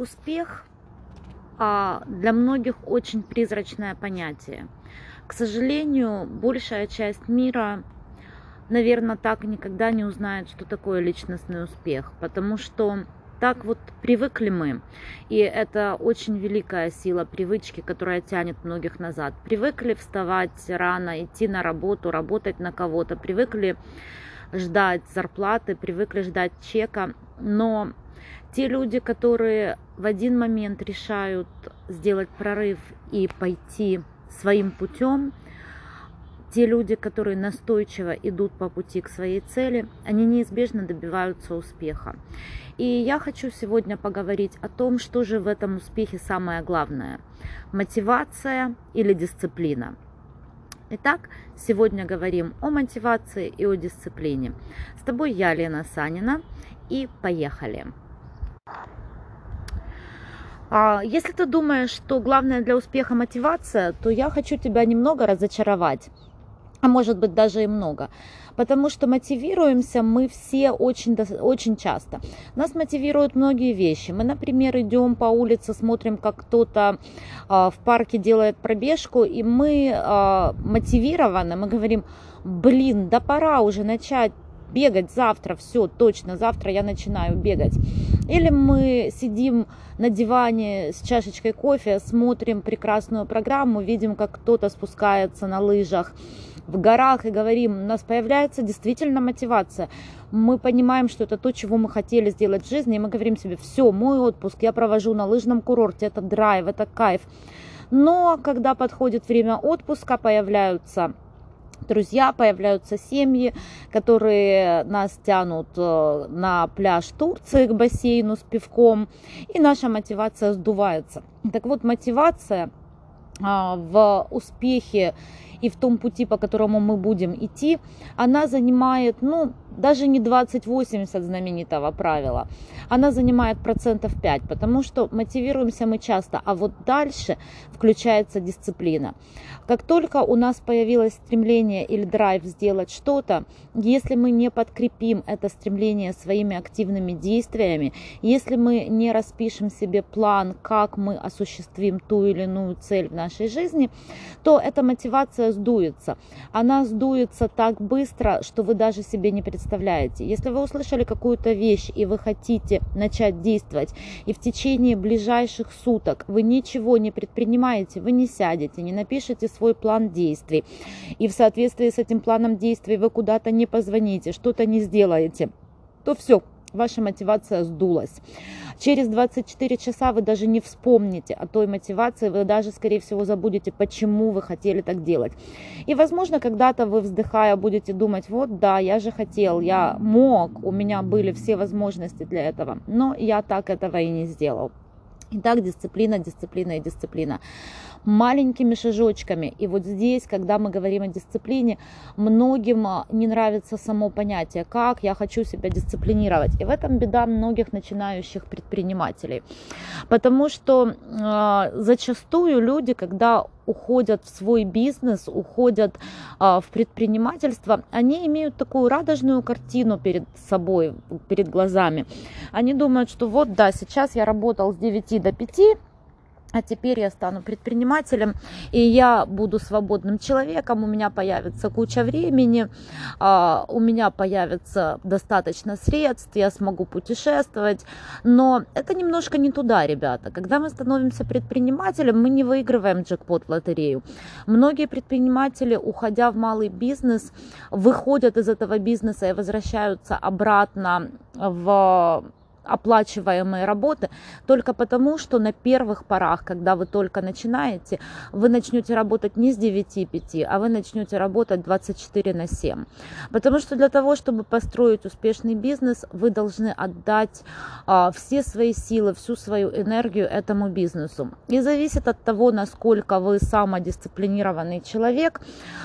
Успех для многих очень призрачное понятие. К сожалению, большая часть мира, наверное, так и никогда не узнает, что такое личностный успех, потому что так вот привыкли мы, и это очень великая сила привычки, которая тянет многих назад. Привыкли вставать рано, идти на работу, работать на кого-то, привыкли ждать зарплаты, привыкли ждать чека, но те люди, которые в один момент решают сделать прорыв и пойти своим путем, те люди, которые настойчиво идут по пути к своей цели, они неизбежно добиваются успеха. И я хочу сегодня поговорить о том, что же в этом успехе самое главное – мотивация или дисциплина. Итак, сегодня говорим о мотивации и о дисциплине. С тобой я, Лена Санина, и поехали! Если ты думаешь, что главное для успеха мотивация, то я хочу тебя немного разочаровать, а может быть даже и много. Потому что мотивируемся мы все очень часто. Нас мотивируют многие вещи. Мы, например, идем по улице, смотрим, как кто-то в парке делает пробежку, и мы мотивированы, мы говорим: блин, да пора уже начать бегать завтра, все, точно, завтра я начинаю бегать. Или мы сидим на диване с чашечкой кофе, смотрим прекрасную программу, видим, как кто-то спускается на лыжах в горах, и говорим, у нас появляется действительно мотивация. Мы понимаем, что это то, чего мы хотели сделать в жизни, и мы говорим себе: все, мой отпуск я провожу на лыжном курорте, это драйв, это кайф. Но когда подходит время отпуска, появляются друзья, появляются семьи, которые нас тянут на пляж Турции к бассейну с пивком, и наша мотивация сдувается. Так вот, мотивация в успехе и в том пути, по которому мы будем идти, она занимает, даже не 20-80 знаменитого правила, она занимает 5%, потому что мотивируемся мы часто, а вот дальше включается дисциплина. Как только у нас появилось стремление или драйв сделать что-то, если мы не подкрепим это стремление своими активными действиями, если мы не распишем себе план, как мы осуществим ту или иную цель в нашей жизни, то эта мотивация сдуется. Она сдуется так быстро, что вы даже себе не представляете. Если вы услышали какую-то вещь и вы хотите начать действовать, и в течение ближайших суток вы ничего не предпринимаете, вы не сядете, не напишите свой план действий, и в соответствии с этим планом действий вы куда-то не позвоните, что-то не сделаете, то все, ваша мотивация сдулась. Через 24 часа вы даже не вспомните о той мотивации, вы даже, скорее всего, забудете, почему вы хотели так делать. И, возможно, когда-то вы, вздыхая, будете думать: вот да, я же хотел, я мог, у меня были все возможности для этого, но я так этого и не сделал. Итак, дисциплина, дисциплина и дисциплина. Маленькими шажочками. И вот здесь, когда мы говорим о дисциплине, многим не нравится само понятие, как я хочу себя дисциплинировать. И в этом беда многих начинающих предпринимателей. Потому что зачастую люди, когда уходят в свой бизнес, уходят в предпринимательство, они имеют такую радужную картину перед собой, перед глазами. Они думают, что вот да, сейчас я работал с 9 до 5, а теперь я стану предпринимателем, и я буду свободным человеком, у меня появится куча времени, у меня появится достаточно средств, я смогу путешествовать. Но это немножко не туда, ребята. Когда мы становимся предпринимателем, мы не выигрываем джекпот в лотерею. Многие предприниматели, уходя в малый бизнес, выходят из этого бизнеса и возвращаются обратно в оплачиваемые работы только потому, что на первых порах, когда вы только начинаете, вы начнете работать не с 9-5, а вы начнете работать 24/7. Потому что для того, чтобы построить успешный бизнес, вы должны отдать все свои силы, всю свою энергию этому бизнесу. И зависит от того, насколько вы самодисциплинированный человек,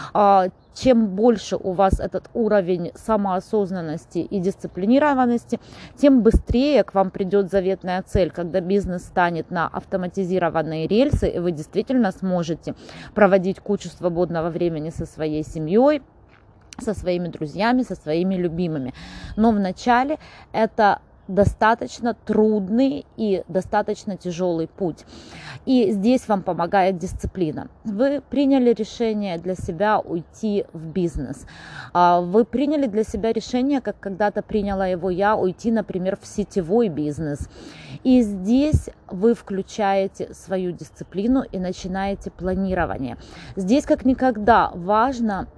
чем больше у вас этот уровень самоосознанности и дисциплинированности, тем быстрее к вам придет заветная цель, когда бизнес станет на автоматизированные рельсы, и вы действительно сможете проводить кучу свободного времени со своей семьей, со своими друзьями, со своими любимыми. Но вначале это достаточно трудный и достаточно тяжелый путь. И здесь вам помогает дисциплина. Вы приняли решение для себя уйти в бизнес. Вы приняли для себя решение, как когда-то приняла его я, уйти, например, в сетевой бизнес. И здесь вы включаете свою дисциплину и начинаете планирование. Здесь как никогда важно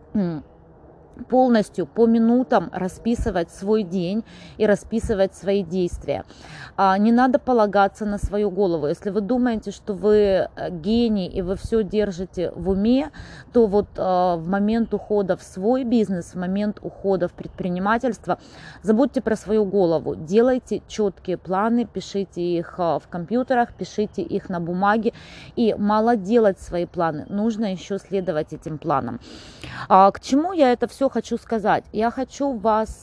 полностью по минутам расписывать свой день и расписывать свои действия. Не надо полагаться на свою голову. Если вы думаете, что вы гений и вы все держите в уме, то вот в момент ухода в свой бизнес, в момент ухода в предпринимательство, забудьте про свою голову. Делайте четкие планы, пишите их в компьютерах, пишите их на бумаге. И мало делать свои планы, нужно еще следовать этим планам. К чему я это все хочу сказать? Я хочу вас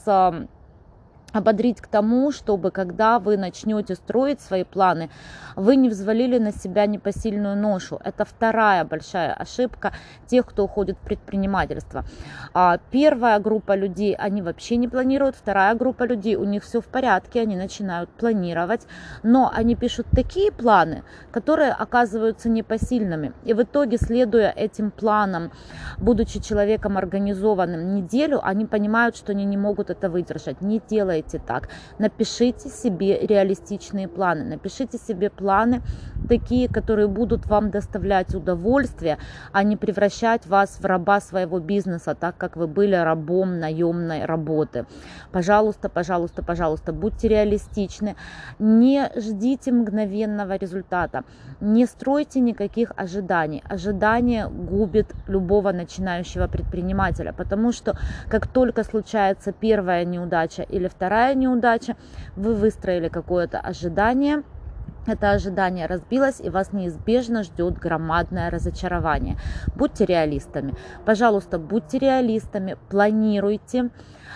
ободрить к тому, чтобы когда вы начнете строить свои планы, вы не взвалили на себя непосильную ношу. Это вторая большая ошибка тех, кто уходит в предпринимательство. Первая группа людей, они вообще не планируют. Вторая группа людей, у них все в порядке, они начинают планировать, но они пишут такие планы, которые оказываются непосильными. И в итоге, следуя этим планам, будучи человеком организованным неделю, они понимают, что они не могут это выдержать. Не делайте так. Напишите себе реалистичные планы. Напишите себе планы такие, которые будут вам доставлять удовольствие, а не превращать вас в раба своего бизнеса, так как вы были рабом наемной работы. Пожалуйста, пожалуйста, пожалуйста, будьте реалистичны. Не ждите мгновенного результата. Не стройте никаких ожиданий. Ожидание губит любого начинающего предпринимателя, потому что как только случается первая неудача или вторая неудача, вы выстроили какое-то ожидание, это ожидание разбилось, и вас неизбежно ждет громадное разочарование. Будьте реалистами. Пожалуйста, будьте реалистами, планируйте,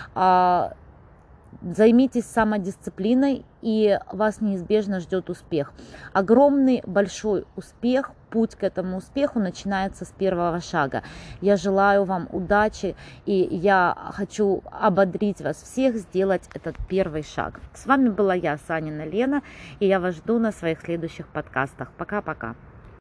займитесь самодисциплиной, и вас неизбежно ждет успех. Огромный, большой успех, путь к этому успеху начинается с первого шага. Я желаю вам удачи, и я хочу ободрить вас всех сделать этот первый шаг. С вами была я, Санина Лена, и я вас жду на своих следующих подкастах. Пока-пока.